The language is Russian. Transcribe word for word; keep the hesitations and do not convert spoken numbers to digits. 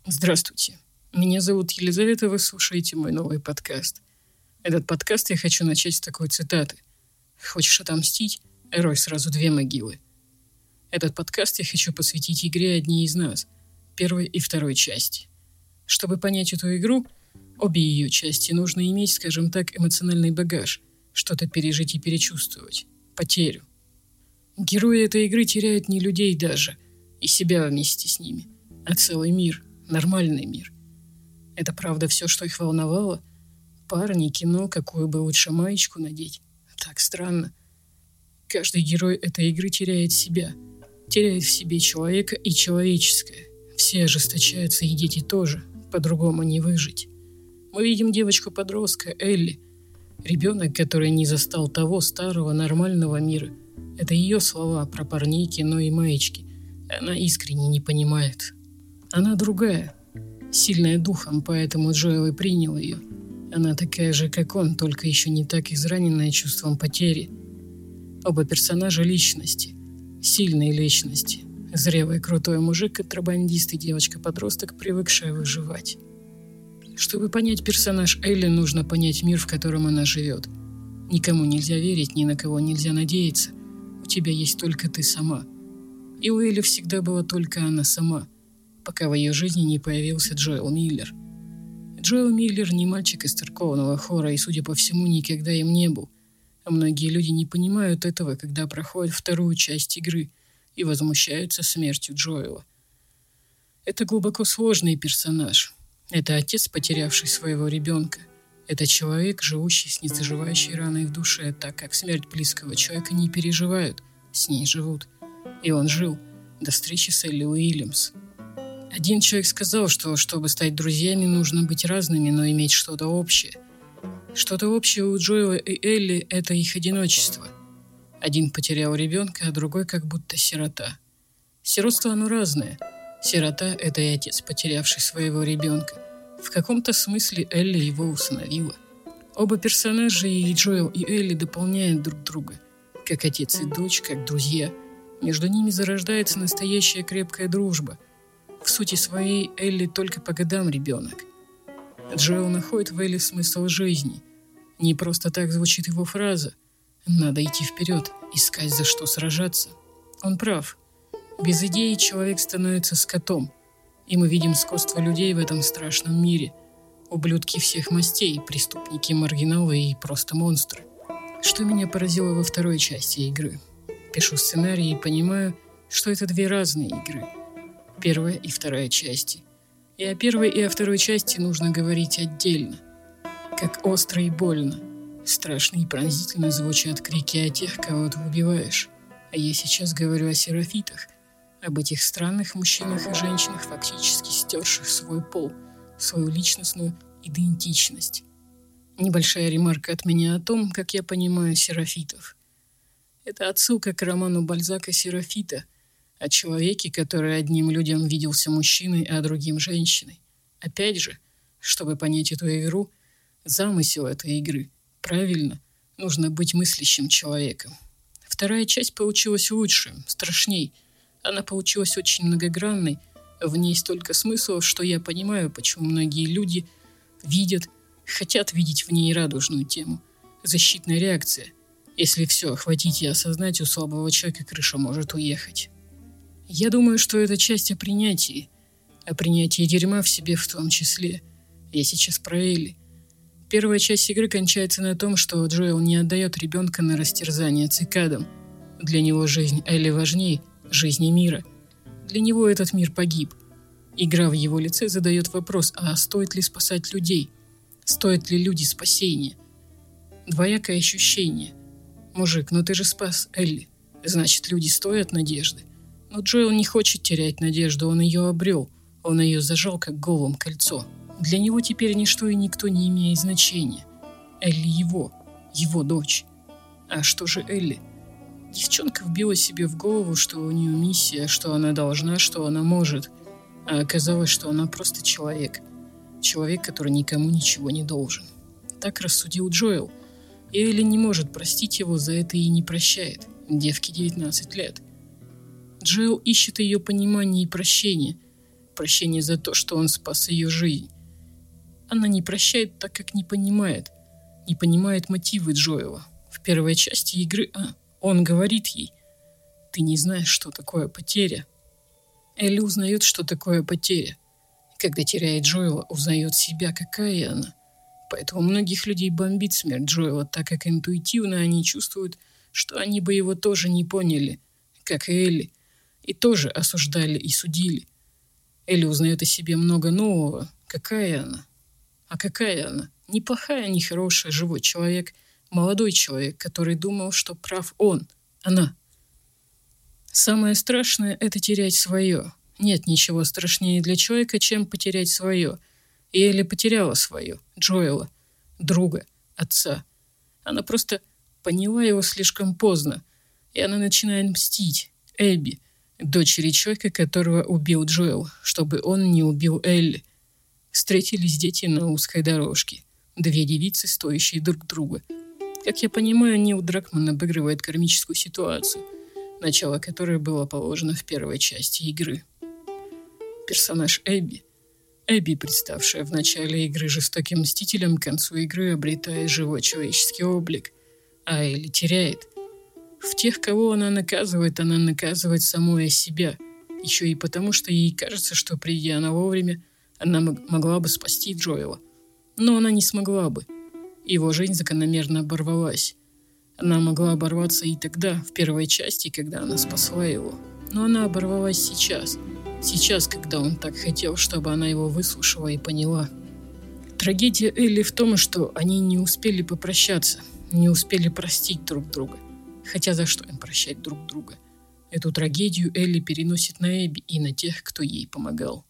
Здравствуйте. Меня зовут Елизавета, вы слушаете мой новый подкаст. Этот подкаст я хочу начать с такой цитаты. «Хочешь отомстить? Рой сразу две могилы». Этот подкаст я хочу посвятить игре «Одни из нас», первой и второй части. Чтобы понять эту игру, обе ее части нужно иметь, скажем так, эмоциональный багаж, что-то пережить и перечувствовать, потерю. Герои этой игры теряют не людей даже, и себя вместе с ними, а целый мир, нормальный мир. Это правда все, что их волновало? Парни, кино, какую бы лучше маечку надеть? Так странно. Каждый герой этой игры теряет себя, теряет в себе человека и человеческое. Все ожесточаются, и дети тоже, по-другому не выжить. Мы видим девочку-подростка Элли, ребенок, который не застал того старого нормального мира. Это ее слова про парней, кино и маечки. Она искренне не понимает. Она другая, сильная духом, поэтому Джоэл и принял ее. Она такая же, как он, только еще не так израненная чувством потери. Оба персонажа — личности, сильные личности. Зрелый крутой мужик, контрабандист и девочка-подросток, привыкшая выживать. Чтобы понять персонаж Элли, нужно понять мир, в котором она живет. Никому нельзя верить, ни на кого нельзя надеяться. У тебя есть только ты сама. И у Элли всегда была только она сама, пока в ее жизни не появился Джоэл Миллер. Джоэл Миллер не мальчик из церковного хора и, судя по всему, никогда им не был. А многие люди не понимают этого, когда проходят вторую часть игры и возмущаются смертью Джоэла. Это глубоко сложный персонаж. Это отец, потерявший своего ребенка. Это человек, живущий с незаживающей раной в душе, так как смерть близкого человека не переживают, с ней живут. И он жил до встречи с Элли Уильямс. Один человек сказал, что чтобы стать друзьями, нужно быть разными, но иметь что-то общее. Что-то общее у Джоэла и Элли – это их одиночество. Один потерял ребенка, а другой как будто сирота. Сиротство оно разное. Сирота – это и отец, потерявший своего ребенка. В каком-то смысле Элли его усыновила. Оба персонажа, и Джоэл, и Элли, дополняют друг друга. Как отец и дочь, как друзья. Между ними зарождается настоящая крепкая дружба. В сути своей Элли только по годам ребенок. Джоэл находит в Элли смысл жизни. Не просто так звучит его фраза. Надо идти вперед, искать за что сражаться. Он прав. Без идеи человек становится скотом. И мы видим скотство людей в этом страшном мире. Ублюдки всех мастей, преступники, маргиналы и просто монстры. Что меня поразило во второй части игры? Пишу сценарий и понимаю, что это две разные игры. Первая и вторая части. И о первой, и о второй части нужно говорить отдельно. Как остро и больно. Страшно и пронзительно звучат крики о тех, кого ты убиваешь. А я сейчас говорю о серафитах. Об этих странных мужчинах и женщинах, фактически стерших свой пол, свою личностную идентичность. Небольшая ремарка от меня о том, как я понимаю серафитов. Это отсылка к роману Бальзака «Серафита», о человеке, который одним людям виделся мужчиной, а другим женщиной. Опять же, чтобы понять эту игру, замысел этой игры, правильно, нужно быть мыслящим человеком. Вторая часть получилась лучше, страшней. Она получилась очень многогранной, в ней столько смыслов, что я понимаю, почему многие люди видят, хотят видеть в ней радужную тему. Защитная реакция. Если все охватить и осознать, у слабого человека крыша может уехать. Я думаю, что это часть о принятии. О принятии дерьма в себе в том числе. Я сейчас про Элли. Первая часть игры кончается на том, что Джоэл не отдает ребенка на растерзание цикадам. Для него жизнь Элли важней жизни мира. Для него этот мир погиб. Игра в его лице задает вопрос, а стоит ли спасать людей? Стоят ли люди спасения? Двоякое ощущение. Мужик, ну ты же спас Элли. Значит, люди стоят надежды. Но Джоэл не хочет терять надежду, он ее обрел. Он ее зажал, как голым кольцо. Для него теперь ничто и никто не имеет значения. Элли его, его дочь. А что же Элли? Девчонка вбила себе в голову, что у нее миссия, что она должна, что она может. А оказалось, что она просто человек. Человек, который никому ничего не должен. Так рассудил Джоэл. И Элли не может простить его за это и не прощает. Девке девятнадцать лет. Джоэл ищет ее понимание и прощение. прощение за то, что он спас ее жизнь. Она не прощает, так как не понимает. Не понимает мотивы Джоэла. В первой части игры а, он говорит ей: «Ты не знаешь, что такое потеря». Элли узнает, что такое потеря. И когда теряет Джоэла, узнает себя, какая она. Поэтому многих людей бомбит смерть Джоэла, так как интуитивно они чувствуют, что они бы его тоже не поняли, как и Элли, и тоже осуждали и судили. Элли узнает о себе много нового. Какая она? А какая она? Не плохая, не хорошая, живой человек, молодой человек, который думал, что прав он, она. Самое страшное – это терять свое. Нет ничего страшнее для человека, чем потерять свое. И Элли потеряла свое, Джоэла, друга, отца. Она просто поняла его слишком поздно, и она начинает мстить Эбби, дочери человека, которого убил Джоэл, чтобы он не убил Элли. Встретились дети на узкой дорожке. Две девицы, стоящие друг друга. Как я понимаю, Нил Дракман обыгрывает кармическую ситуацию, начало которой было положено в первой части игры. Персонаж Эбби. Эбби, представшая в начале игры жестоким мстителем, к концу игры обретает живой человеческий облик, а Элли теряет. В тех, кого она наказывает, она наказывает самой себя, еще и потому, что ей кажется, что, придя она вовремя, она могла бы спасти Джоэла. Но она не смогла бы. Его жизнь закономерно оборвалась. Она могла оборваться и тогда, в первой части, когда она спасла его. Но она оборвалась сейчас. Сейчас, когда он так хотел, чтобы она его выслушала и поняла. Трагедия Элли в том, что они не успели попрощаться, не успели простить друг друга. Хотя за что им прощать друг друга? Эту трагедию Элли переносит на Эбби и на тех, кто ей помогал.